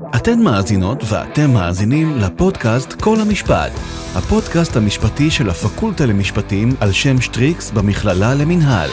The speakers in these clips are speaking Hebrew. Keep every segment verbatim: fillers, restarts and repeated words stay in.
אתן מאזינות ואתם מאזינים לפודקאסט כל המשפט, הפודקאסט המשפטי של הפקולטה למשפטים על שם שטריקס במכללה למנהל.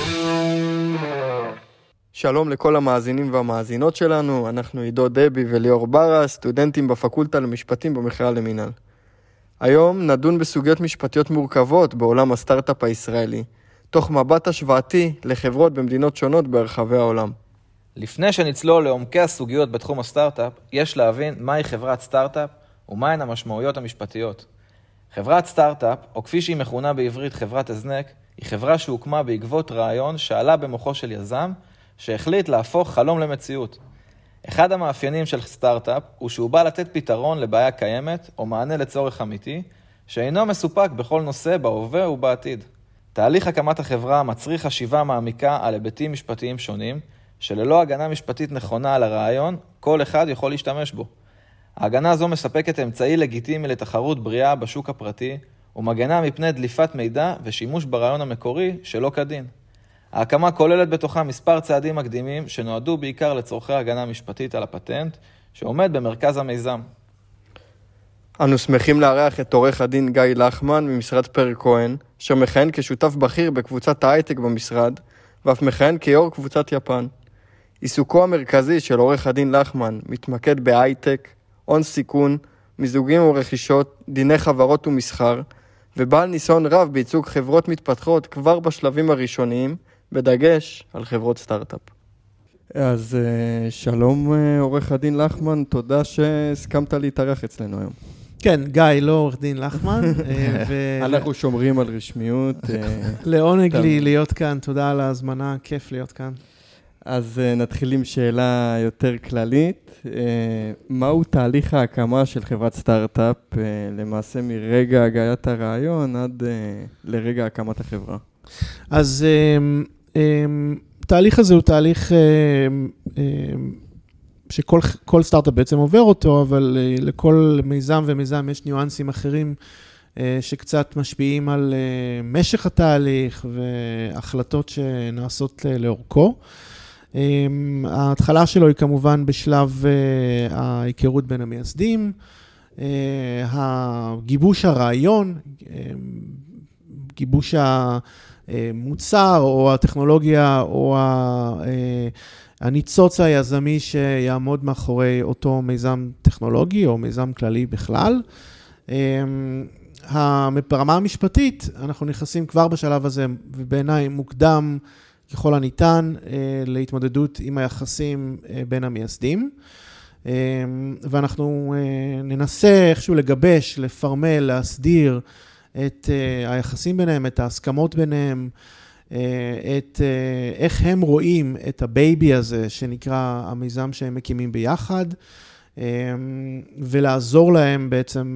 שלום לכל המאזינים והמאזינות שלנו, אנחנו עידו דבי וליאור ברה, סטודנטים בפקולטה למשפטים במכללה למנהל. היום נדון בסוגיות משפטיות מורכבות בעולם הסטארט-אפ הישראלי, תוך מבט השוואתי לחברות במדינות שונות ברחבי העולם. לפני שנצלול לעומקי הסוגיות בתחום הסטארט-אפ, יש להבין מהי חברת סטארט-אפ ומהן המשמעויות המשפטיות. חברת סטארט-אפ, או כפי שהיא מכונה בעברית חברת הזנק, היא חברה שהוקמה בעקבות רעיון שעלה במוחו של יזם, שהחליט להפוך חלום למציאות. אחד המאפיינים של סטארט-אפ הוא שהוא בא לתת פתרון לבעיה קיימת או מענה לצורך אמיתי, שאינו מסופק בכל נושא בהווה ובעתיד. תהליך הקמת החברה מצריך חשיבה מעמיקה על היבטים משפטיים שונים, שללא הגנה משפטית נכונה על הרעיון, כל אחד יכול להשתמש בו. ההגנה הזו מספקת אמצעי לגיטימי לתחרות בריאה בשוק הפרטי, ומגנה מפני דליפת מידע ושימוש ברעיון המקורי שלא כדין. ההקמה כוללת בתוכה מספר צעדים מקדימים שנועדו בעיקר לצורכי הגנה משפטית על הפטנט, שעומד במרכז המיזם. אנו שמחים לארח את עורך הדין גיא לחמן ממשרד פרי כהן, אשר מכהן כשותף בכיר בקבוצת ההייטק במשרד, ואף מכהן כיו"ר קבוצת יפן. עיסוקו המרכזי של עורך הדין לחמן מתמקד בהייטק, הון סיכון, מיזוגים ורכישות, דיני חברות ומסחר, ובעל ניסיון רב בייצוג חברות מתפתחות כבר בשלבים הראשוניים, בדגש על חברות סטארט-אפ. אז שלום עורך הדין לחמן, תודה שהסכמת להתארח אצלנו היום. כן, גיא, לא עורך דין לחמן. אנחנו שומרים על רשמיות. לעונג לי להיות כאן, תודה על ההזמנה, כיף להיות כאן. אז נתחיל עם שאלה יותר כללית. מהו תהליך ההקמה של חברת סטארט-אפ, למעשה מרגע הגעת הרעיון עד לרגע הקמת החברה? אז תהליך הזה הוא תהליך שכל כל סטארט-אפ בעצם עובר אותו, אבל לכל מיזם ומיזם יש ניואנסים אחרים שקצת משפיעים על משך התהליך והחלטות שנעשות לאורכו. ההתחלה שלו היא כמובן בשלב ההיכרות בין המייסדים, גיבוש הרעיון, גיבוש המוצר או הטכנולוגיה או הניצוץ היזמי שיעמוד מאחורי אותו מיזם טכנולוגי או מיזם כללי בכלל. ברמה המשפטית אנחנו נכנסים כבר בשלב הזה, ובעיניי מוקדם ככל הניתן להתמודדות עם היחסים בין המייסדים, ואנחנו ננסה איכשהו לגבש, לפרמל, להסדיר את היחסים ביניהם, את ההסכמות ביניהם, את איך הם רואים את הבייבי הזה שנקרא המיזם שהם מקימים ביחד, ולעזור להם בעצם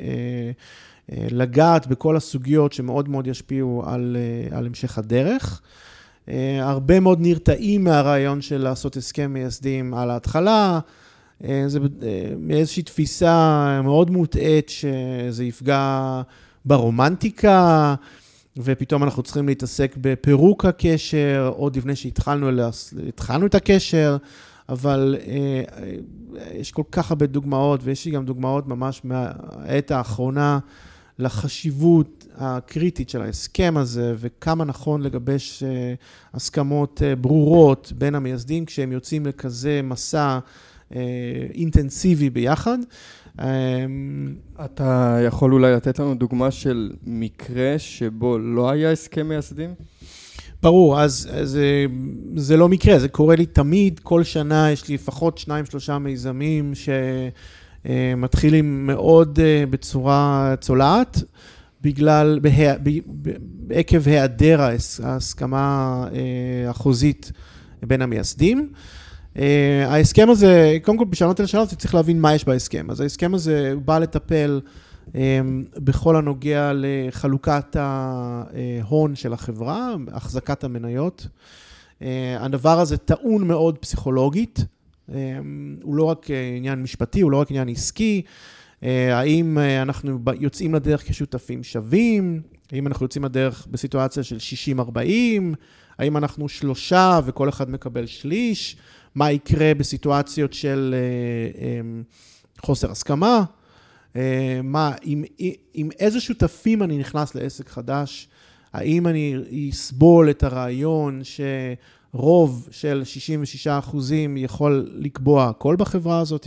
לגעת בכל הסוגיות שמאוד מאוד ישפיעו על, על המשך הדרך. הרבה מאוד נרתעים מהרעיון של לעשות הסכם מייסדים על ההתחלה, זה מאיזושהי תפיסה מאוד מוטעת שזה יפגע ברומנטיקה, ופתאום אנחנו צריכים להתעסק בפירוק הקשר, עוד לפני שהתחלנו התחלנו את הקשר, אבל יש כל כך הרבה דוגמאות, ויש לי גם דוגמאות ממש מהעת האחרונה, לחשיבות הקריטית של ההסכם הזה, וכמה נכון לגבש הסכמות ברורות בין המייסדים, כשהם יוצאים לכזה מסע אינטנסיבי ביחד. אתה יכול אולי לתת לנו דוגמה של מקרה שבו לא היה הסכם מייסדים? ברור, אז, אז זה לא מקרה, זה קורה לי תמיד, כל שנה יש לי לפחות שניים, שלושה מיזמים שמתחילים מאוד בצורה צולעת, בגלל, בה, בעקב היעדר ההסכמה החוזית בין המייסדים. ההסכם הזה, קודם כל בשנות אל השאלות, צריך להבין מה יש בהסכם. אז ההסכם הזה בא לטפל בכל הנוגע לחלוקת ההון של החברה, החזקת המניות. הדבר הזה טעון מאוד פסיכולוגית, הוא לא רק עניין משפטי, הוא לא רק עניין עסקי, האם אנחנו יוצאים לדרך כשותפים שווים, האם אנחנו יוצאים לדרך בסיטואציה של שישים ארבעים, האם אנחנו שלושה וכל אחד מקבל שליש? מה יקרה בסיטואציות של חוסר הסכמה? מה, עם, עם איזה שותפים אני נכנס לעסק חדש? האם אני אסבול את הרעיון שרוב של שישים ושישה אחוזים יכול לקבוע הכל בחברה הזאת?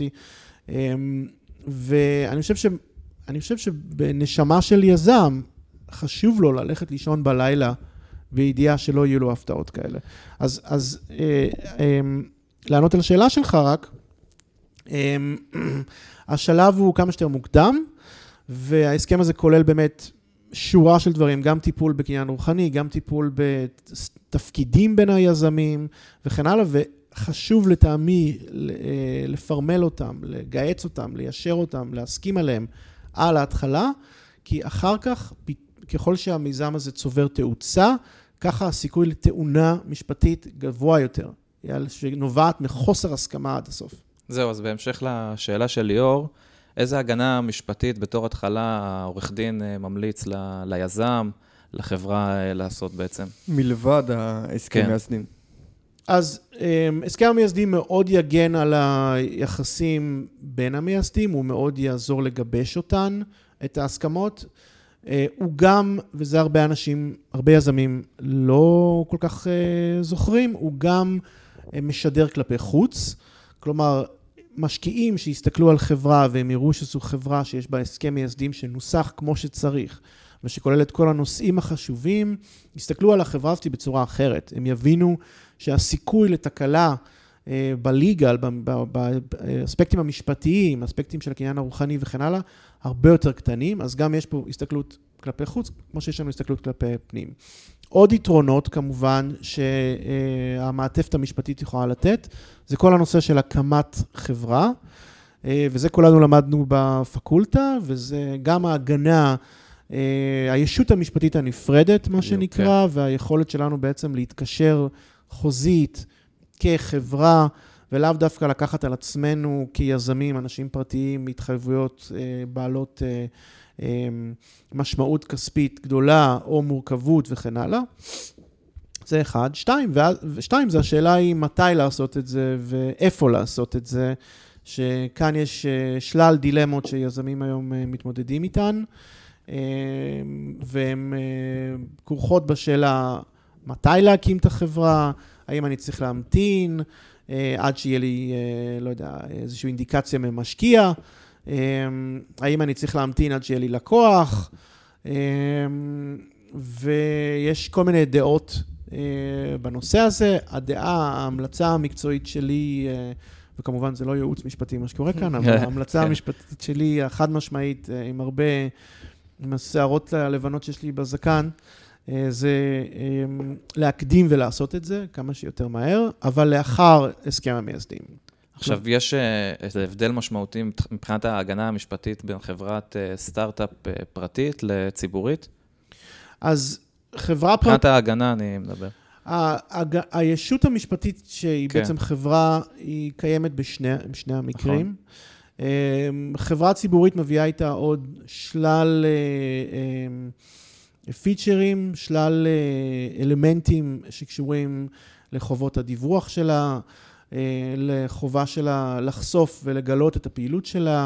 ואני חושב ש, אני חושב שבנשמה של יזם, חשוב לו ללכת לישון בלילה, בידיעה שלא יהיו לו הפתעות כאלה. אז, אז אה, אה, לענות על השאלה שלך רק, אה, השלב הוא כמה שיותר מוקדם, וההסכם הזה כולל באמת שורה של דברים, גם טיפול בקניין רוחני, גם טיפול בתפקידים בין היזמים וכן הלאה, וחשוב לטעמי לפרמל אותם, לגייץ אותם, ליישר אותם, להסכים עליהם על ההתחלה, כי אחר כך, ככל שהמיזם הזה צובר תאוצה, ככה הסיכוי לתאונה משפטית גבוה יותר, שנובעת מחוסר הסכמה עד הסוף. זהו, אז בהמשך לשאלה של ליאור, איזה הגנה משפטית בתור התחלה העורך דין ממליץ ל- ליזם, לחברה לעשות בעצם? מלבד ההסכם כן. מייסדים. אז הסכם המייסדים מאוד יגן על היחסים בין המייסדים, הוא מאוד יעזור לגבש אותן, את ההסכמות. הוא גם, וזה הרבה אנשים, הרבה יזמים לא כל כך זוכרים, הוא גם משדר כלפי חוץ. כלומר, משקיעים שיסתכלו על חברה והם יראו שזו חברה שיש בה הסכם מייסדים שנוסח כמו שצריך, ושכולל את כל הנושאים החשובים, יסתכלו על החברה הזאת בצורה אחרת. הם יבינו שהסיכוי לתקלה בליגל, באספקטים המשפטיים, אספקטים של הקניין הרוחני וכן הלאה, הרבה יותר קטנים, אז גם יש פה הסתכלות כלפי חוץ, כמו שיש לנו הסתכלות כלפי פנים. עוד יתרונות כמובן שהמעטפת המשפטית יכולה לתת, זה כל הנושא של הקמת חברה, וזה כולנו למדנו בפקולטה, וזה גם ההגנה, הישות המשפטית הנפרדת, מה שנקרא, והיכולת שלנו בעצם להתקשר חוזית כחברה, ולאו דווקא לקחת על עצמנו כיזמים, אנשים פרטיים, התחייבויות בעלות משמעות כספית גדולה או מורכבות וכן הלאה. זה אחד. שתיים, ושתיים זה השאלה היא מתי לעשות את זה ואיפה לעשות את זה, שכאן יש שלל דילמות שיזמים היום מתמודדים איתן, והן כרוכות בשאלה מתי להקים את החברה, האם אני צריך להמתין, עד שיהיה לי, לא יודע, איזושהי אינדיקציה ממשקיע, האם אני צריך להמתין עד שיהיה לי לקוח, ויש כל מיני דעות בנושא הזה. הדעה, ההמלצה המקצועית שלי, וכמובן זה לא ייעוץ משפטי מה שקורה כאן, אבל ההמלצה המשפטית שלי, החד משמעית, עם הרבה, עם השערות הלבנות שיש לי בזקן, זה להקדים ולעשות את זה כמה שיותר מהר, אבל לאחר הסכם המייסדים. עכשיו, יש הבדל משמעותי מבחינת ההגנה המשפטית בין חברת סטארט-אפ פרטית לציבורית? אז חברה פרטית... מבחינת ההגנה אני מדבר. הישות המשפטית שהיא בעצם חברה, היא קיימת בשני המקרים. חברה ציבורית מביאה איתה עוד שלל פיצ'רים, שלל אלמנטים שקשורים לחובות הדיווח שלה, לחובה שלה לחשוף ולגלות את הפעילות שלה,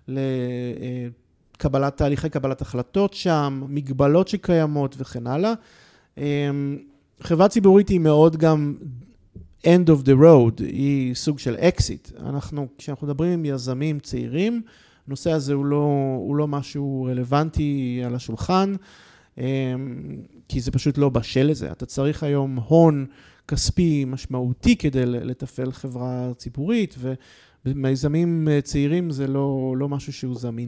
לקבלת תהליכי קבלת החלטות שם, מגבלות שקיימות וכן הלאה. חברה ציבורית היא מאוד גם end of the road, היא סוג של exit. אנחנו, כשאנחנו מדברים עם יזמים צעירים, הנושא הזה הוא לא, הוא לא משהו רלוונטי על השולחן, כי זה פשוט לא בשל לזה. אתה צריך היום הון כספי משמעותי כדי לתפעל חברה ציבורית, ובמיזמים צעירים זה לא, לא משהו שהוא זמין.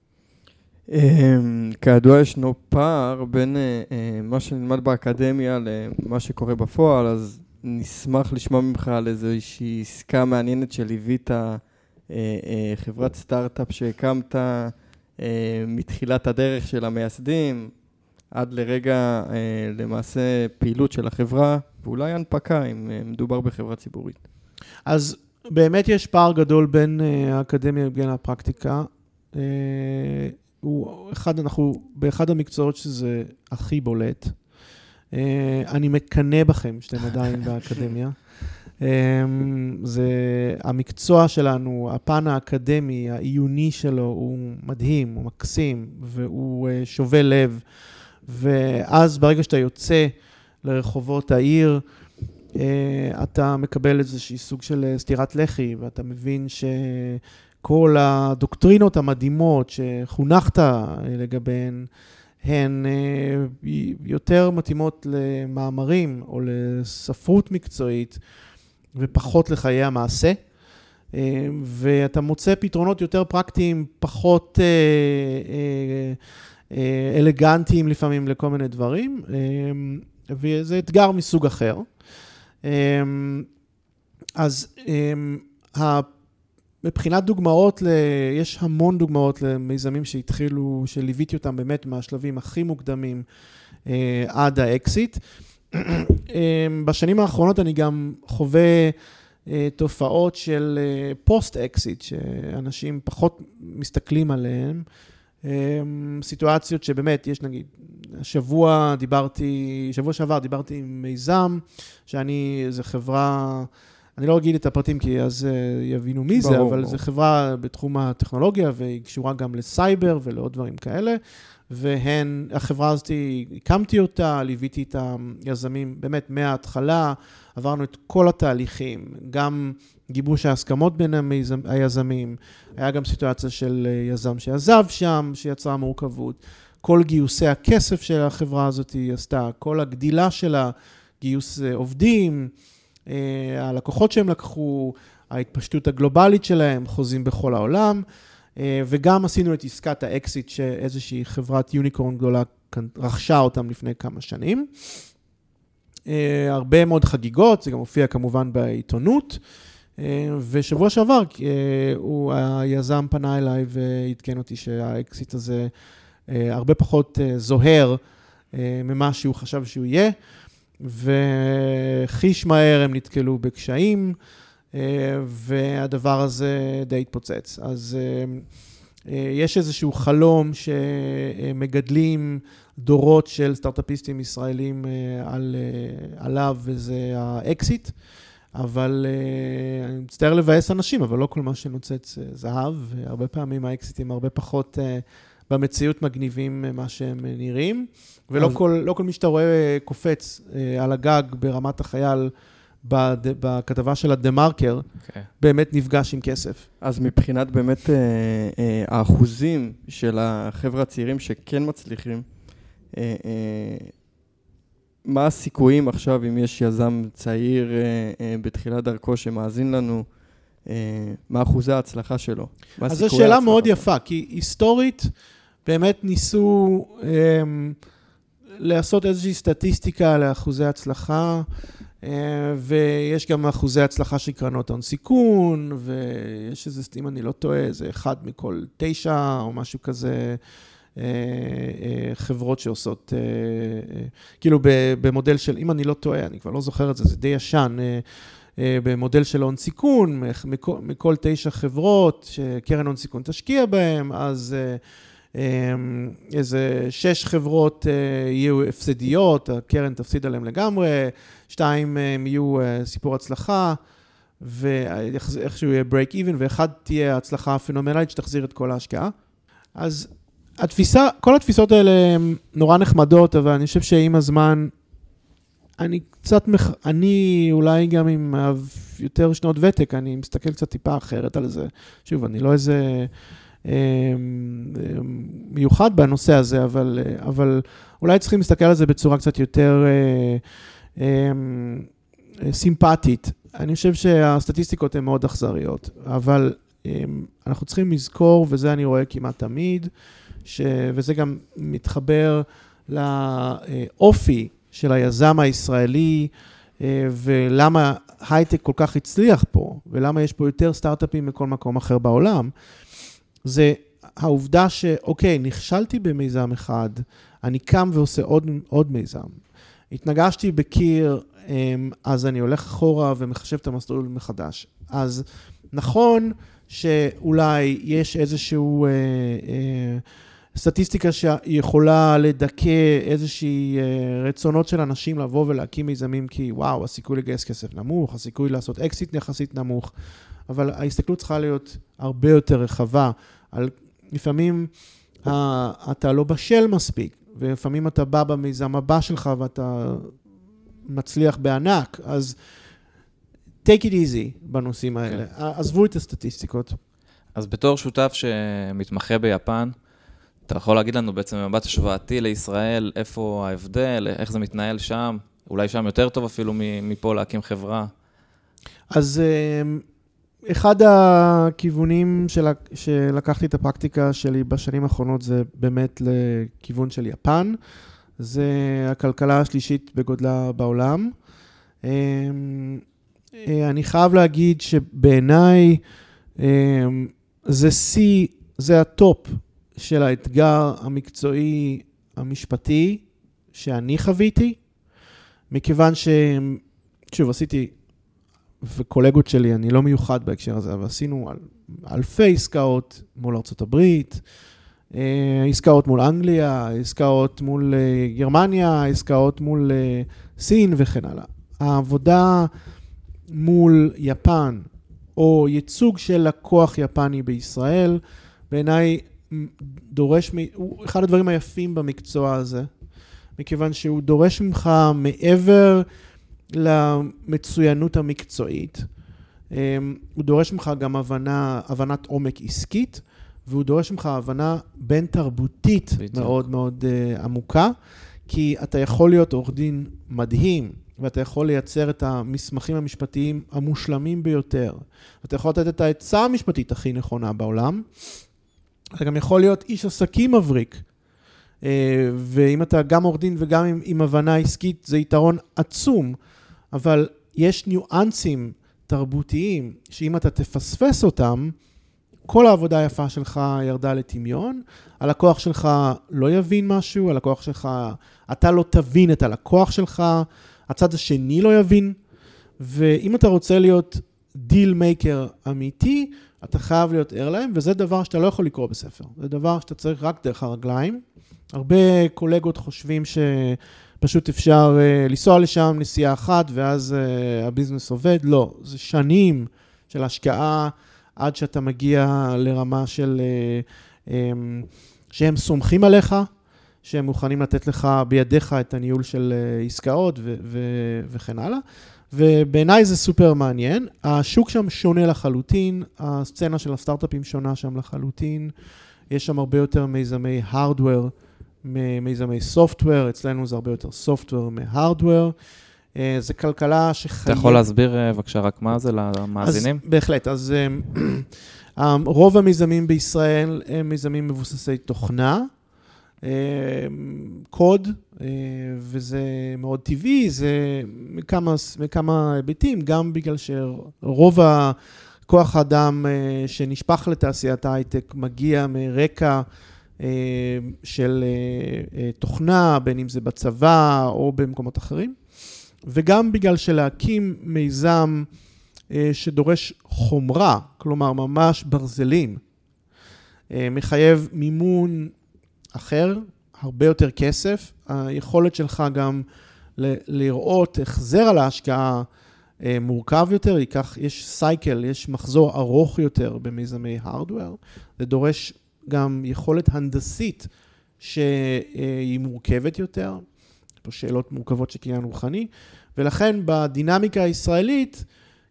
כידוע ישנו פער בין מה שנלמד באקדמיה למה שקורה בפועל, אז נשמח לשמוע ממך על איזושהי עסקה מעניינת שליווית חברת סטארט-אפ שהקמת מתחילת הדרך של המייסדים, עד לרגע למעשה פעילות של החברה, ואולי הנפקה אם מדובר בחברה ציבורית. אז באמת יש פער גדול בין האקדמיה לבין הפרקטיקה. הוא אחד, אנחנו באחד המקצועות שזה הכי בולט. אני מקנה בכם שאתם עדיין באקדמיה. זה המקצוע שלנו, הפן האקדמי, העיוני שלו, הוא מדהים, הוא מקסים, והוא שובה לב. ואז ברגע שאתה יוצא לרחובות העיר, אתה מקבל איזושהי סוג של סתירת לחי, ואתה מבין שכל הדוקטרינות המדהימות שחונכת לגביהן, הן יותר מתאימות למאמרים או לספרות מקצועית, ופחות לחיי המעשה. ואתה מוצא פתרונות יותר פרקטיים, פחות אלגנטיים לפעמים לכל מיני דברים, וזה אתגר מסוג אחר. אז מבחינת דוגמאות, יש המון דוגמאות למיזמים שהתחילו, שליוויתי אותם באמת מהשלבים הכי מוקדמים עד האקסיט. בשנים האחרונות אני גם חווה תופעות של פוסט-אקסיט, שאנשים פחות מסתכלים עליהם. סיטואציות שבאמת יש, נגיד, השבוע דיברתי, שבוע שעבר דיברתי עם מיזם, שאני, זו חברה, אני לא אגיד את הפרטים כי אז יבינו מי זה, אבל זו חברה בתחום הטכנולוגיה, והיא קשורה גם לסייבר ולעוד דברים כאלה, והן, החברה הזאת, הקמתי אותה, ליוויתי את היזמים, באמת מההתחלה, עברנו את כל התהליכים, גם גיבוש ההסכמות בין היזמים, היה גם סיטואציה של יזם שעזב שם, שיצרה מורכבות, כל גיוסי הכסף של החברה הזאת היא עשתה, כל הגדילה שלה, גיוס עובדים, הלקוחות שהם לקחו, ההתפשטות הגלובלית שלהם, חוזים בכל העולם, וגם עשינו את עסקת האקסיט שאיזושהי חברת יוניקורן גדולה רכשה אותם לפני כמה שנים. הרבה מאוד חגיגות, זה גם הופיע כמובן בעיתונות, ושבוע שעבר הוא, היזם פנה אליי והתקן אותי שהאקסיט הזה הרבה פחות זוהר ממה שהוא חשב שהוא יהיה, וחיש מהר הם נתקלו בקשיים, והדבר הזה די התפוצץ. אז יש איזשהו חלום שמגדלים דורות של סטארט-אפיסטים ישראלים על, עליו, וזה האקסיט, אבל אני מצטער לבאס אנשים, אבל לא כל מה שנוצץ זהב, והרבה פעמים האקסיטים הרבה פחות במציאות מגניבים מה שהם נראים, ולא אז... כל, לא כל מי שאתה רואה קופץ על הגג ברמת החייל, בכתבה של הדה-מרקר, okay. באמת נפגש עם כסף. אז מבחינת באמת אה, אה, האחוזים של החבר'ה הצעירים שכן מצליחים, אה, אה, מה הסיכויים עכשיו אם יש יזם צעיר אה, אה, בתחילת דרכו שמאזין לנו, אה, מה אחוזי ההצלחה שלו? אז זו שאלה מאוד יפה, כי היסטורית באמת ניסו אה, לעשות איזושהי סטטיסטיקה לאחוזי הצלחה, ויש גם אחוזי הצלחה של קרנות הון סיכון, ויש איזה, אם אני לא טועה, זה אחד מכל תשע או משהו כזה, חברות שעושות, כאילו במודל של, אם אני לא טועה, אני כבר לא זוכר את זה, זה די ישן, במודל של הון סיכון, מכל, מכל תשע חברות שקרן הון סיכון תשקיע בהם, אז איזה שש חברות יהיו הפסדיות, הקרן תפסיד עליהם לגמרי, שתיים יהיו סיפור הצלחה, ואיכשהו יהיה break even, ואחד תהיה הצלחה פנומנלית שתחזיר את כל ההשקעה. אז התפיסה, כל התפיסות האלה הן נורא נחמדות, אבל אני חושב שעם הזמן, אני קצת, מח... אני אולי גם עם יותר שנות ותק, אני מסתכל קצת טיפה אחרת על זה. שוב, אני לא איזה מיוחד בנושא הזה, אבל, אבל אולי צריכים להסתכל על זה בצורה קצת יותר סימפטית. אני חושב שהסטטיסטיקות הן מאוד אכזריות, אבל אנחנו צריכים לזכור, וזה אני רואה כמעט תמיד, ש... וזה גם מתחבר לאופי של היזם הישראלי, ולמה הייטק כל כך הצליח פה, ולמה יש פה יותר סטארט-אפים מכל מקום אחר בעולם, זה העובדה שאוקיי, נכשלתי במיזם אחד, אני קם ועושה עוד, עוד מיזם. התנגשתי בקיר, אז אני הולך אחורה ומחשב את המסלול מחדש. אז נכון שאולי יש איזשהו אה, אה, סטטיסטיקה שיכולה לדכא איזושהי רצונות של אנשים לבוא ולהקים מיזמים, כי וואו, הסיכוי לגייס כסף נמוך, הסיכוי לעשות אקסיט יחסית נמוך, אבל ההסתכלות צריכה להיות הרבה יותר רחבה. על, לפעמים אתה לא בשל מספיק, ולפעמים אתה בא במיזם הבא שלך ואתה מצליח בענק, אז take it easy בנושאים האלה. Okay. עזבו את הסטטיסטיקות. אז בתור שותף שמתמחה ביפן, אתה יכול להגיד לנו בעצם במבט השוואתי לישראל, איפה ההבדל, איך זה מתנהל שם, אולי שם יותר טוב אפילו מפה להקים חברה? אז אחד הכיוונים שלקחתי את הפרקטיקה שלי בשנים האחרונות, זה באמת לכיוון של יפן, זה הכלכלה השלישית בגודלה בעולם. אני חייב להגיד שבעיניי זה C, זה הטופ של האתגר המקצועי המשפטי שאני חוויתי, מכיוון ש... שוב, עשיתי, וקולגות שלי, אני לא מיוחד בהקשר הזה, אבל עשינו אלפי עסקאות מול ארצות הברית, עסקאות מול אנגליה, עסקאות מול גרמניה, עסקאות מול סין וכן הלאה. העבודה מול יפן, או ייצוג של לקוח יפני בישראל, בעיניי דורש, הוא אחד הדברים היפים במקצוע הזה, מכיוון שהוא דורש ממך מעבר למצוינות המקצועית, הוא דורש ממך גם הבנה, הבנת עומק עסקית, והוא דורש ממך הבנה בין תרבותית מאוד מאוד עמוקה, כי אתה יכול להיות עורך דין מדהים, ואתה יכול לייצר את המסמכים המשפטיים המושלמים ביותר, ואתה יכול לתת את העצה המשפטית הכי נכונה בעולם, אתה גם יכול להיות איש עסקים מבריק, ואם אתה גם עורך דין וגם עם, עם הבנה עסקית, זה יתרון עצום, אבל יש ניואנסים תרבותיים, שאם אתה תפספס אותם, כל העבודה היפה שלך ירדה לטמיון, הלקוח שלך לא יבין משהו, הלקוח שלך, אתה לא תבין את הלקוח שלך, הצד השני לא יבין, ואם אתה רוצה להיות דיל מייקר אמיתי, אתה חייב להיות ער להם, וזה דבר שאתה לא יכול לקרוא בספר. זה דבר שאתה צריך רק דרך הרגליים. הרבה קולגות חושבים שפשוט אפשר uh, לנסוע לשם נסיעה אחת, ואז uh, הביזנס עובד. לא, זה שנים של השקעה, עד שאתה מגיע לרמה של, uh, um, שהם סומכים עליך, שהם מוכנים לתת לך בידיך את הניהול של uh, עסקאות ו- ו- וכן הלאה. ובעיניי זה סופר מעניין. השוק שם שונה לחלוטין, הסצנה של הסטארט-אפים שונה שם לחלוטין, יש שם הרבה יותר מיזמי הארדוור, מיזמי סופטוור, אצלנו זה הרבה יותר סופטוור מהארדוור, זה כלכלה שחייב... אתה יכול להסביר בבקשה רק מה זה למאזינים? אז בהחלט, אז רוב המיזמים בישראל הם מיזמים מבוססי תוכנה, קוד, וזה מאוד טבעי, זה מכמה, מכמה היבטים, גם בגלל שרוב הכוח האדם שנשפך לתעשיית ההייטק מגיע מרקע של תוכנה, בין אם זה בצבא או במקומות אחרים, וגם בגלל שלהקים מיזם שדורש חומרה, כלומר ממש ברזלים, מחייב מימון אחר, הרבה יותר כסף, היכולת שלך גם ל- לראות החזר על ההשקעה מורכב יותר, ייקח, יש סייקל, יש מחזור ארוך יותר במיזמי הארדוור, זה דורש גם יכולת הנדסית שהיא מורכבת יותר, יש פה שאלות מורכבות של קניין רוחני, ולכן בדינמיקה הישראלית,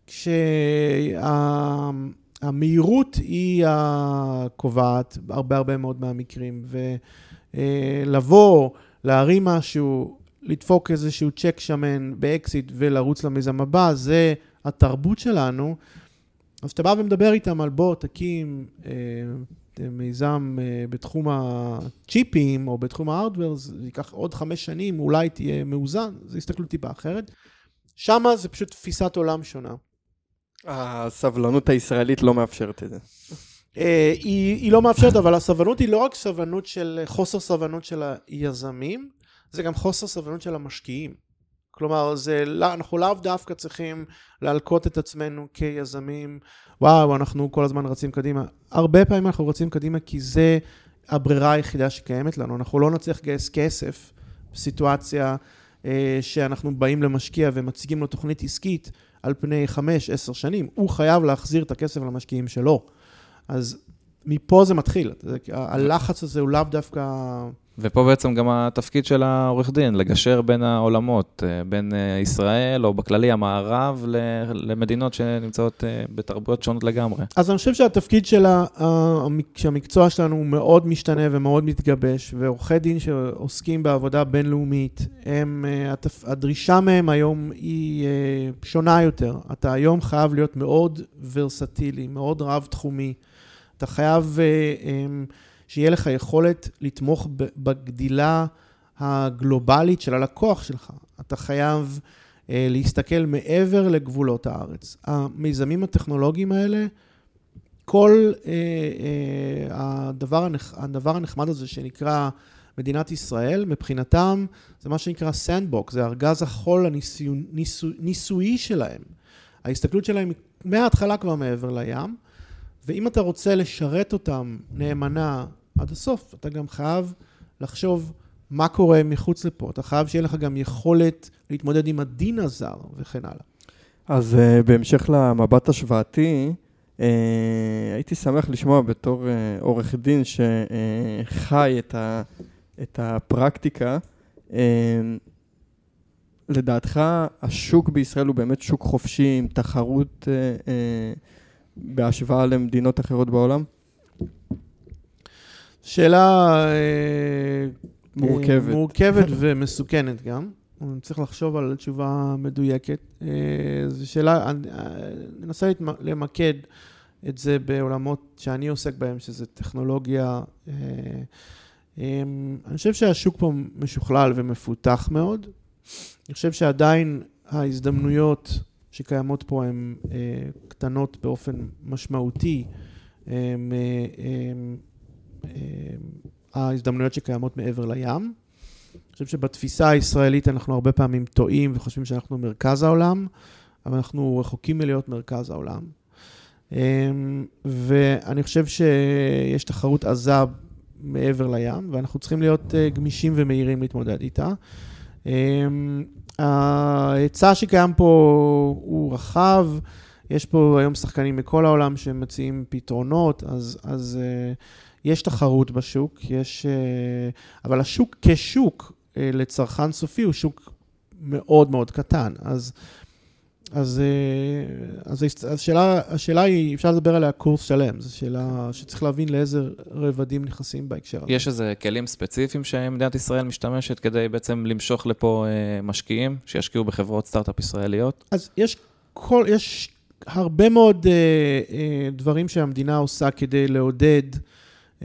כשהמהירות היא הקובעת, הרבה הרבה מאוד מהמקרים, ולבוא, להרים משהו, לדפוק איזשהו צ'ק שמן באקסיט ולרוץ למיזם הבא, זה התרבות שלנו. אז אתה בא ומדבר איתם על בוא, תקים אה, מיזם אה, בתחום הצ'יפים או בתחום ההארדוור, זה ייקח עוד חמש שנים, אולי תהיה מאוזן, זה הסתכלות טיפה אחרת. שמה זה פשוט תפיסת עולם שונה. הסבלנות הישראלית לא מאפשרת את זה. אה, היא, היא לא מאפשרת, אבל הסבלנות היא לא רק סבלנות של, חוסר סבלנות של היזמים, זה גם חוסר סבלנות של המשקיעים. כלומר, זה, אנחנו לאו דווקא צריכים להלקות את עצמנו כיזמים, וואו, אנחנו כל הזמן רצים קדימה. הרבה פעמים אנחנו רצים קדימה כי זה הברירה היחידה שקיימת לנו. אנחנו לא נצליח לגייס כסף בסיטואציה שאנחנו באים למשקיע ומציגים לו תוכנית עסקית על פני חמש, עשר שנים. הוא חייב להחזיר את הכסף למשקיעים שלו. אז מפה זה מתחיל. הלחץ הזה הוא לאו דווקא... ופה בעצם גם התפקיד של העורך דין, לגשר בין העולמות, בין ישראל או בכללי המערב למדינות שנמצאות בתרבויות שונות לגמרי. אז אני חושב שהתפקיד של המקצוע שלנו הוא מאוד משתנה ומאוד מתגבש, ועורכי דין שעוסקים בעבודה בינלאומית, הם, הדרישה מהם היום היא שונה יותר. אתה היום חייב להיות מאוד ורסטילי, מאוד רב-תחומי. אתה חייב... שיהיה לך יכולת לתמוך בגדילה הגלובלית של הלקוח שלך. אתה חייב אה, להסתכל מעבר לגבולות הארץ. המיזמים הטכנולוגיים האלה, כל אה, אה, הדבר, הנח, הדבר הנחמד הזה שנקרא מדינת ישראל, מבחינתם זה מה שנקרא סנדבוקס, זה ארגז החול הניסוי, ניסוי, ניסוי שלהם. ההסתכלות שלהם היא מההתחלה כבר מעבר לים, ואם אתה רוצה לשרת אותם נאמנה עד הסוף, אתה גם חייב לחשוב מה קורה מחוץ לפה. אתה חייב שיהיה לך גם יכולת להתמודד עם הדין הזר וכן הלאה. אז uh, בהמשך למבט השוואתי, uh, הייתי שמח לשמוע בתור uh, עורך דין שחי uh, את, ה, את הפרקטיקה. Uh, לדעתך, השוק בישראל הוא באמת שוק חופשי עם תחרות... Uh, uh, בהשוואה למדינות אחרות בעולם? שאלה מורכבת. מורכבת ומסוכנת גם. אני צריך לחשוב על תשובה מדויקת. זו שאלה, אני אנסה למקד את זה בעולמות שאני עוסק בהם, שזה טכנולוגיה. אני חושב שהשוק פה משוכלל ומפותח מאוד. אני חושב שעדיין ההזדמנויות שקיימות פה הן אה, קטנות באופן משמעותי, אה, אה, אה, ההזדמנויות שקיימות מעבר לים. אני חושב שבתפיסה הישראלית אנחנו הרבה פעמים טועים וחושבים שאנחנו מרכז העולם, אבל אנחנו רחוקים מלהיות מרכז העולם. אה, ואני חושב שיש תחרות עזה מעבר לים, ואנחנו צריכים להיות אה, גמישים ומהירים להתמודד איתה. אה, ההיצע שקיים פה הוא רחב, יש פה היום שחקנים מכל העולם שמציעים פתרונות, אז, אז uh, יש תחרות בשוק, יש, uh, אבל השוק כשוק uh, לצרכן סופי הוא שוק מאוד מאוד קטן, אז, אז, uh, אז השאלה, השאלה היא, אפשר לדבר עליה קורס שלם, זו שאלה שצריך להבין לאיזה רבדים נכנסים בהקשר הזה. יש איזה כלים ספציפיים שמדינת ישראל משתמשת כדי בעצם למשוך לפה uh, משקיעים שישקיעו בחברות סטארט-אפ ישראליות? אז יש, כל, יש הרבה מאוד uh, uh, דברים שהמדינה עושה כדי לעודד uh, uh,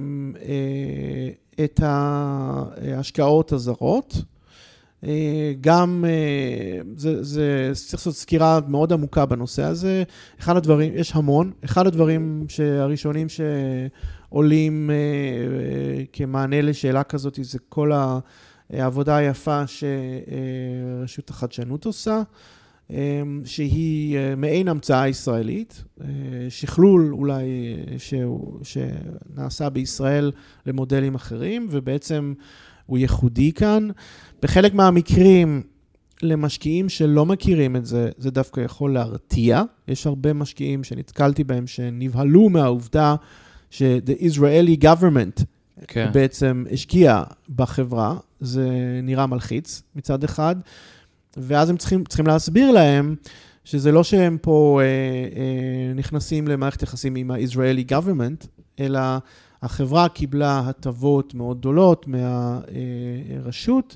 את ההשקעות הזרות. גם, זה, זה, צריך לעשות סקירה מאוד עמוקה בנושא הזה. אחד הדברים, יש המון, אחד הדברים שהראשונים שעולים כמענה לשאלה כזאת, זה כל העבודה היפה שרשות החדשנות עושה, שהיא מעין המצאה ישראלית, שכלול אולי שנעשה בישראל למודלים אחרים, ובעצם הוא ייחודי כאן. בחלק מהמקרים, למשקיעים שלא מכירים את זה, זה דווקא יכול להרתיע. יש הרבה משקיעים שנתקלתי בהם שנבהלו מהעובדה ש-the Israeli government okay. בעצם השקיע בחברה. זה נראה מלחיץ מצד אחד. ואז הם צריכים, צריכים להסביר להם שזה לא שהם פה אה, אה, נכנסים למערכת יחסים עם ה-Israeli government, אלא החברה קיבלה הטבות מאוד גדולות מהרשות,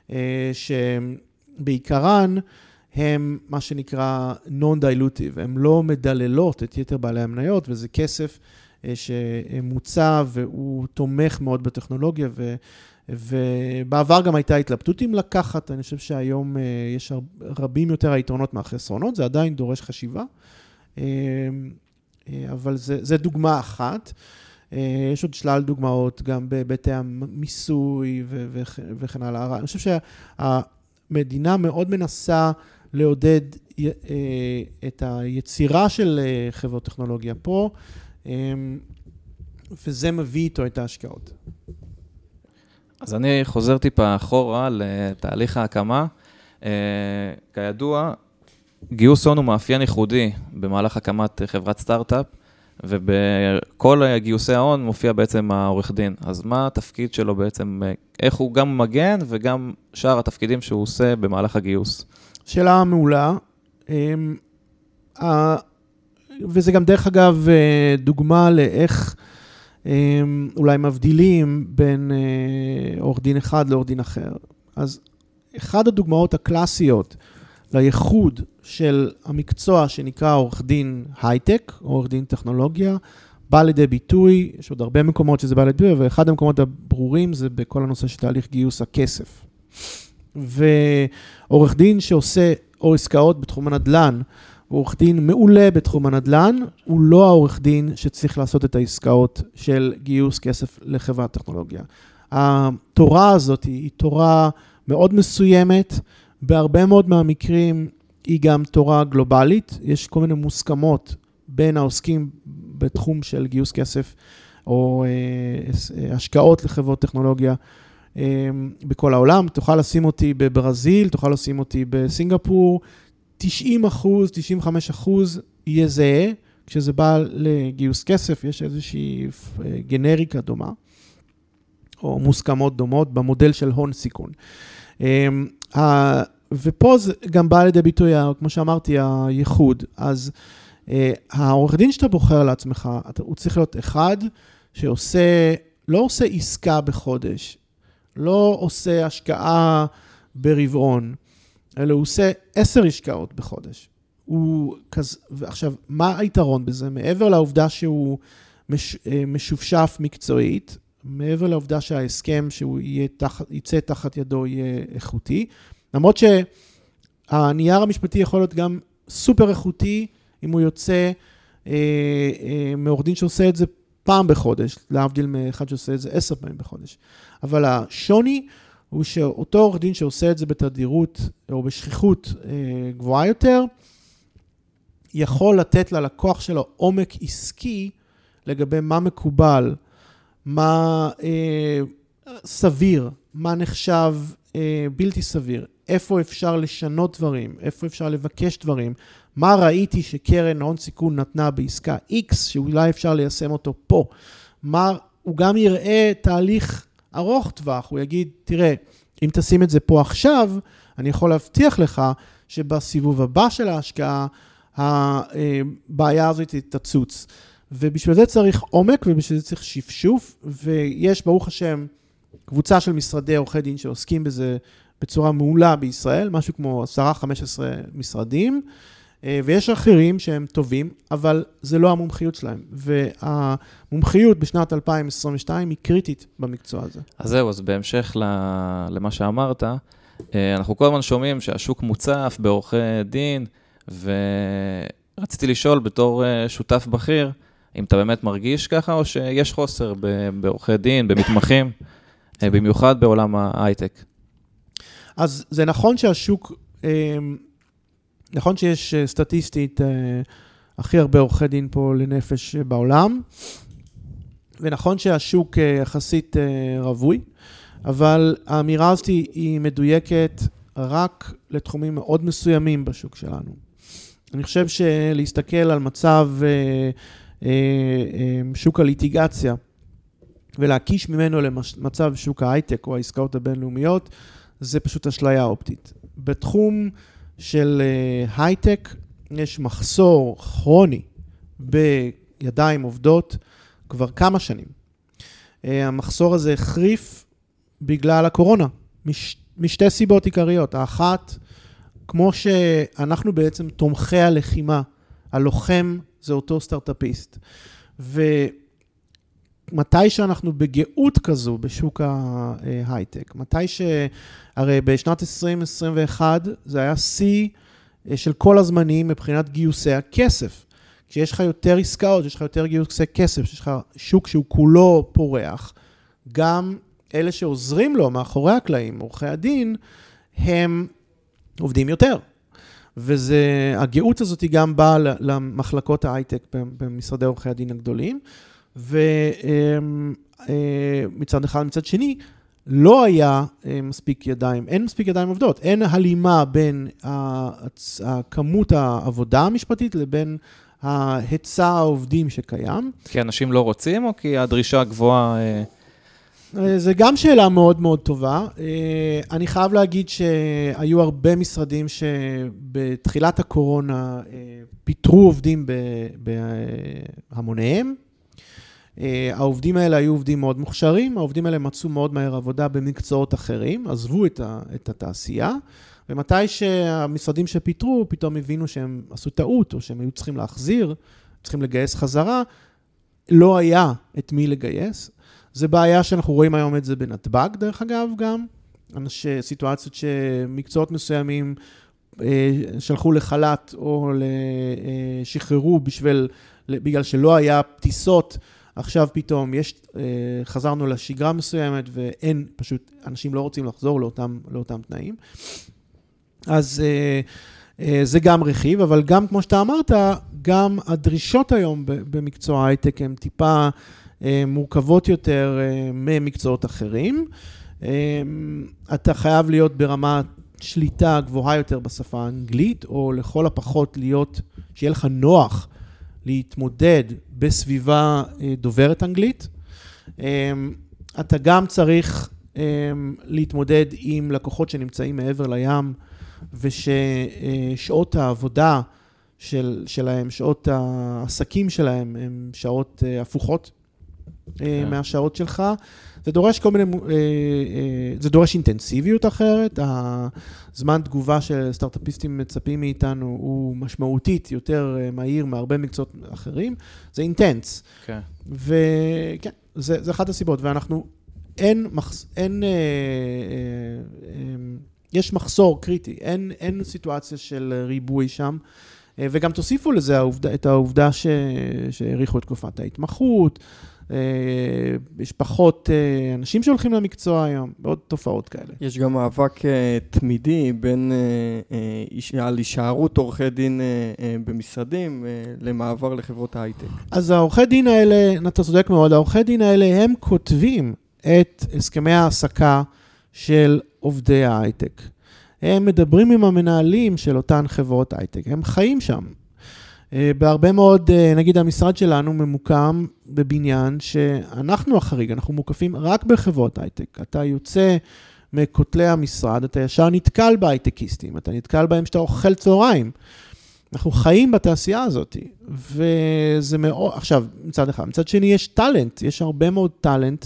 שבעיקרן הם מה שנקרא non-dilutive, הם לא מדללות את יתר בעלי המניות, וזה כסף שמוצע והוא תומך מאוד בטכנולוגיה, ו, ובעבר גם הייתה התלבטות אם לקחת, אני חושב שהיום יש רבים יותר היתרונות מהחסרונות, זה עדיין דורש חשיבה, אבל זה, זה דוגמה אחת. יש עוד שלל דוגמאות, גם בהיבטי המיסוי וכן הלאה. אני חושב שהמדינה מאוד מנסה לעודד את היצירה של חברות טכנולוגיה פה. וזה מביא איתו את ההשקעות. אז אני חוזר טיפה אחורה לתהליך ההקמה. כידוע, גיוס הון הוא מאפיין ייחודי במהלך הקמת חברת סטארט-אפ, ובכל גיוסי ההון מופיע בעצם העורך דין. אז מה התפקיד שלו בעצם, איך הוא גם מגן וגם שאר התפקידים שהוא עושה במהלך הגיוס? שאלה מעולה, וזה גם דרך אגב דוגמה לאיך אולי מבדילים בין עורך דין אחד לעורך דין אחר. אז אחד הדוגמאות הקלאסיות לייחוד של המקצוע שנקרא עורך דין הייטק, עורך דין טכנולוגיה, בא לידי ביטוי, יש עוד הרבה מקומות שזה בא לידי ביטוי, ואחד המקומות הברורים זה בכל הנושא של תהליך גיוס הכסף. ועורך דין שעושה או עסקאות בתחום הנדל"ן, עורך דין מעולה בתחום הנדל"ן, הוא לא העורך דין שצריך לעשות את העסקאות של גיוס כסף לחברת טכנולוגיה. התורה הזאת היא תורה מאוד מסוימת, בהרבה מאוד מהמקרים היא גם תורה גלובלית, יש כל מיני מוסכמות בין העוסקים בתחום של גיוס כסף או אה, השקעות לחברות טכנולוגיה אה, בכל העולם. תוכל לשים אותי בברזיל, תוכל לשים אותי בסינגפור, תשעים אחוז, תשעים וחמישה אחוז יהיה זהה, כשזה בא לגיוס כסף, יש איזושהי גנריקה דומה, או מוסכמות דומות במודל של הון סיכון. ופה זה גם בא לידי ביטוי, כמו שאמרתי, הייחוד. אז העורך דין שאתה בוחר לעצמך, הוא צריך להיות אחד שעושה, לא עושה עסקה בחודש, לא עושה השקעה ברבעון, אלא הוא עושה עשר השקעות בחודש. הוא כזה, ועכשיו, מה היתרון בזה? מעבר לעובדה שהוא מש, משופשף מקצועית, מעבר לעובדה שההסכם שהוא יהיה תחת, יצא תחת ידו יהיה איכותי, למרות שהנייר המשפטי יכול להיות גם סופר איכותי, אם הוא יוצא אה, אה, מעורך דין שעושה את זה פעם בחודש, להבדיל מאחד שעושה את זה עשר פעמים בחודש. אבל השוני הוא שאותו עורך דין שעושה את זה בתדירות או בשכיחות אה, גבוהה יותר, יכול לתת ללקוח שלו עומק עסקי לגבי מה מקובל, מה אה, סביר, מה נחשב אה, בלתי סביר, איפה אפשר לשנות דברים, איפה אפשר לבקש דברים, מה ראיתי שקרן הון סיכון נתנה בעסקה X, שאולי אפשר ליישם אותו פה, מה, הוא גם יראה תהליך ארוך טווח, הוא יגיד, תראה, אם תשים את זה פה עכשיו, אני יכול להבטיח לך שבסיבוב הבא של ההשקעה, הבעיה הזאת תצוץ. ובשביל זה צריך עומק, ובשביל זה צריך שפשוף, ויש ברוך השם קבוצה של משרדי עורכי דין שעוסקים בזה בצורה מעולה בישראל, משהו כמו עשרה חמש עשרה משרדים, ויש אחרים שהם טובים, אבל זה לא המומחיות שלהם. והמומחיות בשנת אלפיים עשרים ושתיים היא קריטית במקצוע הזה. אז זהו, אז בהמשך למה שאמרת, אנחנו כל הזמן שומעים שהשוק מוצף בעורכי דין, ורציתי לשאול בתור שותף בכיר, אם אתה באמת מרגיש ככה, או שיש חוסר בעורכי דין, במתמחים, במיוחד בעולם ההייטק? אז זה נכון שהשוק, נכון שיש סטטיסטית הכי הרבה עורכי דין פה לנפש בעולם, ונכון שהשוק יחסית רבוי, אבל האמירה הזאת היא מדויקת רק לתחומים מאוד מסוימים בשוק שלנו. אני חושב שלהסתכל על מצב שוק הליטיגציה, ולהקיש ממנו למצב שוק ההייטק או העסקאות הבינלאומיות, זה פשוט אשליה אופטית. בתחום של הייטק יש מחסור כרוני בידיים עובדות כבר כמה שנים. המחסור הזה החריף בגלל הקורונה, מש, משתי סיבות עיקריות. האחת, כמו שאנחנו בעצם תומכי הלחימה, הלוחם זה אותו סטארט-אפיסט. ומתי שאנחנו בגאות כזו בשוק ההייטק, מתי ש... הרי בשנת עשרים עשרים ואחת זה היה שיא של כל הזמנים מבחינת גיוסי הכסף. כשיש לך יותר עסקאות, יש לך יותר גיוסי כסף, שיש לך שוק שהוא כולו פורח, גם אלה שעוזרים לו מאחורי הקלעים, עורכי הדין, הם עובדים יותר. והגאות הזאת היא גם באה למחלקות ההייטק במשרדי עורכי הדין הגדולים, ומצד אחד, מצד שני, לא היה מספיק ידיים, אין מספיק ידיים עובדות, אין הלימה בין כמות העבודה המשפטית לבין ההיצע העובדים שקיים. כי אנשים לא רוצים או כי הדרישה גבוהה? זה גם שאלה מאוד מאוד טובה. אני חייב להגיד שהיו הרבה משרדים שבתחילת הקורונה פיטרו עובדים בהמוניהם. העובדים האלה היו עובדים מאוד מוכשרים, העובדים האלה מצאו מאוד מהר עבודה במקצועות אחרים, עזבו את, ה, את התעשייה, ומתי שהמשרדים שפיטרו פתאום הבינו שהם עשו טעות, או שהם היו צריכים להחזיר, צריכים לגייס חזרה, לא היה את מי לגייס. זה בעיה שאנחנו רואים היום את זה בנתב"ג, דרך אגב, גם. אנשי, סיטואציות שמקצועות מסוימים שלחו לחל"ת או שחררו בשביל, בגלל שלא היה פטיסות, עכשיו פתאום יש, חזרנו לשגרה מסוימת ואין, פשוט אנשים לא רוצים לחזור לאותם, לאותם תנאים. אז זה גם רכיב, אבל גם כמו שאתה אמרת, גם הדרישות היום במקצוע ההייטק הן טיפה מורכבות יותר ממקצועות אחרים. אתה חייב להיות ברמה שליטה גבוהה יותר בשפה האנגלית, או לכל הפחות להיות, שיהיה לך נוח להתמודד בסביבה דוברת אנגלית. אתה גם צריך להתמודד עם לקוחות שנמצאים מעבר לים, וששעות העבודה של, שלהם, שעות העסקים שלהם, הן שעות הפוכות מהשעות שלך. זה דורש כל מיני, זה דורש אינטנסיביות אחרת, הזמן תגובה שסטארט-אפיסטים מצפים מאיתנו הוא משמעותית יותר מהיר מהרבה מקצועות אחרים, זה אינטנס. כן. וכן, זה, זה אחת הסיבות, ואנחנו, אין, אין, יש מחסור קריטי, אין, אין סיטואציה של ריבוי שם, וגם תוסיפו לזה העובדה, את העובדה ש, שהאריכו את תקופת ההתמחות, יש פחות אנשים שהולכים למקצוע היום, בעוד תופעות כאלה. יש גם מאבק תמידי בין על הישארות עורכי דין במשרדים למעבר לחברות ההייטק. אז העורכי דין האלה, אתה צודק מאוד, העורכי דין האלה הם כותבים את הסכמי העסקה של עובדי ההייטק. הם מדברים עם המנהלים של אותן חברות הייטק, הם חיים שם. בהרבה מאוד, נגיד המשרד שלנו ממוקם בבניין שאנחנו החריג, אנחנו מוקפים רק בחברות הייטק. אתה יוצא מכותלי המשרד, אתה ישר נתקל בהייטקיסטים, אתה נתקל בהם שאתה אוכל צהריים. אנחנו חיים בתעשייה הזאת, וזה מאוד, עכשיו, מצד אחד, מצד שני יש טלנט, יש הרבה מאוד טלנט,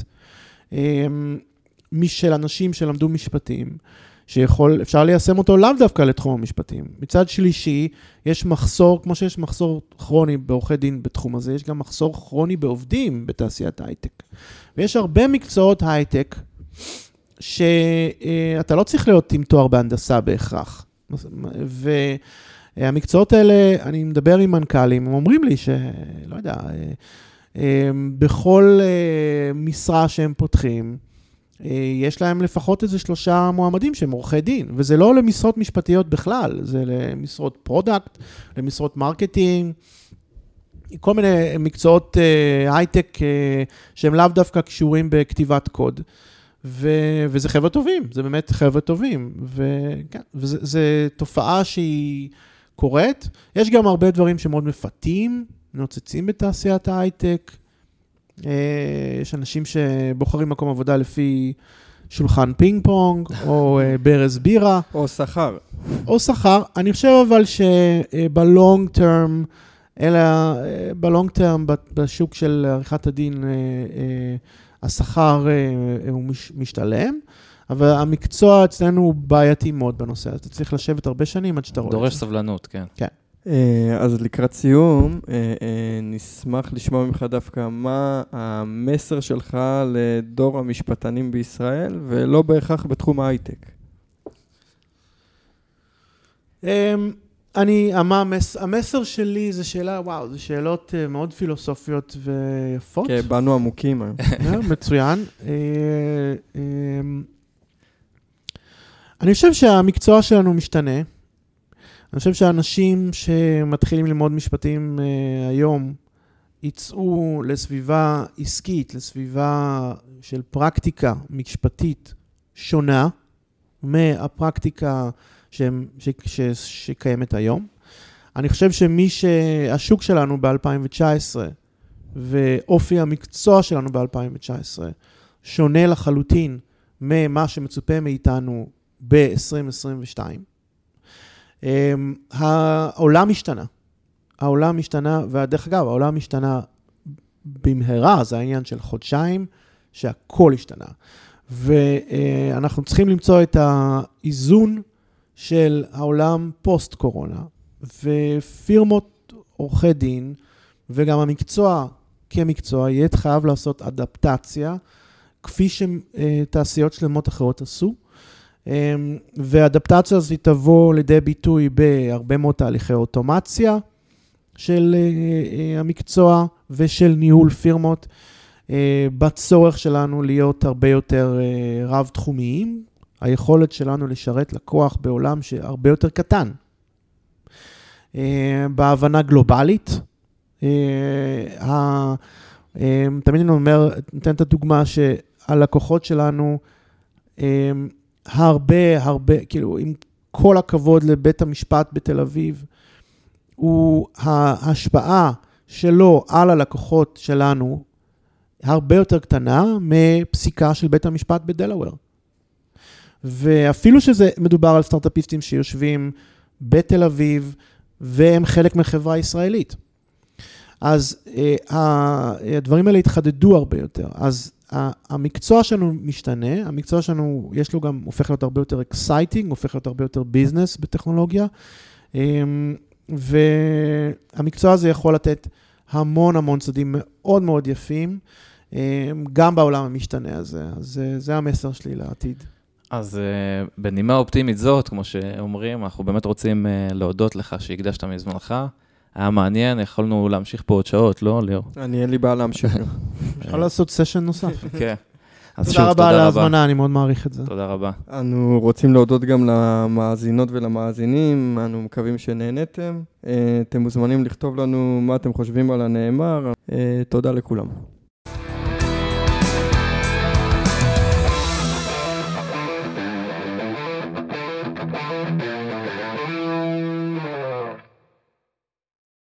משל אנשים שלמדו משפטים, שיכול, אפשר ליישם אותו לאו דווקא לתחום המשפטים. מצד שלישי, יש מחסור, כמו שיש מחסור כרוני בעורכי דין בתחום הזה, יש גם מחסור כרוני בעובדים בתעשיית ההייטק. ויש הרבה מקצועות הייטק, שאתה לא צריך להיות עם תואר בהנדסה בהכרח. והמקצועות האלה, אני מדבר עם מנכ"לים, הם אומרים לי שלא יודע, בכל משרה שהם פותחים, יש להם לפחות איזה שלושה מועמדים שהם עורכי דין, וזה לא למשרות משפטיות בכלל, זה למשרות פרודקט, למשרות מרקטינג, כל מיני מקצועות הייטק שהם לאו דווקא קשורים בכתיבת קוד, ו- וזה חבר'ה טובים, זה באמת חבר'ה טובים, וכן, וזו תופעה שהיא קורית. יש גם הרבה דברים שמאוד מפתים, נוצצים בתעשיית ההייטק, יש אנשים שבוחרים מקום עבודה לפי שולחן פינג פונג, או ברז בירה. או שכר. או שכר. אני חושב אבל שבלונג טרם, אלא בלונג טרם, בשוק של עריכת הדין, השכר הוא משתלם, אבל המקצוע אצלנו הוא בעייתי מאוד בנושא. אתה צריך לשבת הרבה שנים עד שאתה רואה. דורש סבלנות, כן. כן. אז לקראת סיום, נשמח לשמוע ממך דווקא מה המסר שלך לדור המשפטנים בישראל, ולא בהכרח בתחום ההייטק. אני, המסר שלי זה שאלה, וואו, זה שאלות מאוד פילוסופיות ויפות. כן, באנו עמוקים היום. מצוין. אני חושב שהמקצוע שלנו משתנה. אני חושב שאנשים שמתחילים ללמוד משפטים היום, יצאו לסביבה עסקית, לסביבה של פרקטיקה משפטית שונה מהפרקטיקה ש, ש, ש, שקיימת היום. אני חושב שמי שהשוק שלנו ב-אלפיים תשע עשרה ואופי המקצוע שלנו ב-אלפיים תשע עשרה שונה לחלוטין ממה שמצופה מאיתנו ב-עשרים עשרים ושתיים. העולם השתנה. העולם השתנה, ודרך אגב, העולם השתנה במהרה, זה העניין של חודשיים, שהכל השתנה. ואנחנו צריכים למצוא את האיזון של העולם פוסט-קורונה, ופירמות עורכי דין, וגם המקצוע כמקצוע, יהיה חייב לעשות אדפטציה, כפי שתעשיות שלמות אחרות עשו, והאדפטציה הזאת תבוא לידי ביטוי בהרבה מאוד תהליכי אוטומציה של המקצוע ושל ניהול פירמות, בצורך שלנו להיות הרבה יותר רב-תחומיים, היכולת שלנו לשרת לקוח בעולם שהרבה יותר קטן, בהבנה גלובלית. תמיד אני אומר, נתן את הדוגמה שהלקוחות שלנו הרבה, הרבה, כאילו, עם כל הכבוד לבית המשפט בתל אביב, הוא ההשפעה שלו על הלקוחות שלנו הרבה יותר קטנה מפסיקה של בית המשפט בדלוור. ואפילו שזה מדובר על סטארט-אפיסטים שיושבים בתל אביב, והם חלק מחברה ישראלית. אז הדברים האלה התחדדו הרבה יותר. אז המקצוע שלנו משתנה, המקצוע שלנו יש לו גם, הופך להיות הרבה יותר אקסייטינג, הופך להיות הרבה יותר ביזנס בטכנולוגיה, והמקצוע הזה יכול לתת המון המון צדדים מאוד מאוד יפים, גם בעולם המשתנה הזה. אז זה המסר שלי לעתיד. אז בנימה אופטימית זאת, כמו שאומרים, אנחנו באמת רוצים להודות לך שהקדשת מזמנך. היה מעניין, יכולנו להמשיך פה עוד שעות, לא, ליאור? אני אין לי בעיה להמשיך. אפשר לעשות סשן נוסף. כן. תודה רבה על ההזמנה, אני מאוד מעריך את זה. תודה רבה. אנו רוצים להודות גם למאזינות ולמאזינים, אנו מקווים שנהנתם. אתם מוזמנים לכתוב לנו מה אתם חושבים על הנאמר. תודה לכולם.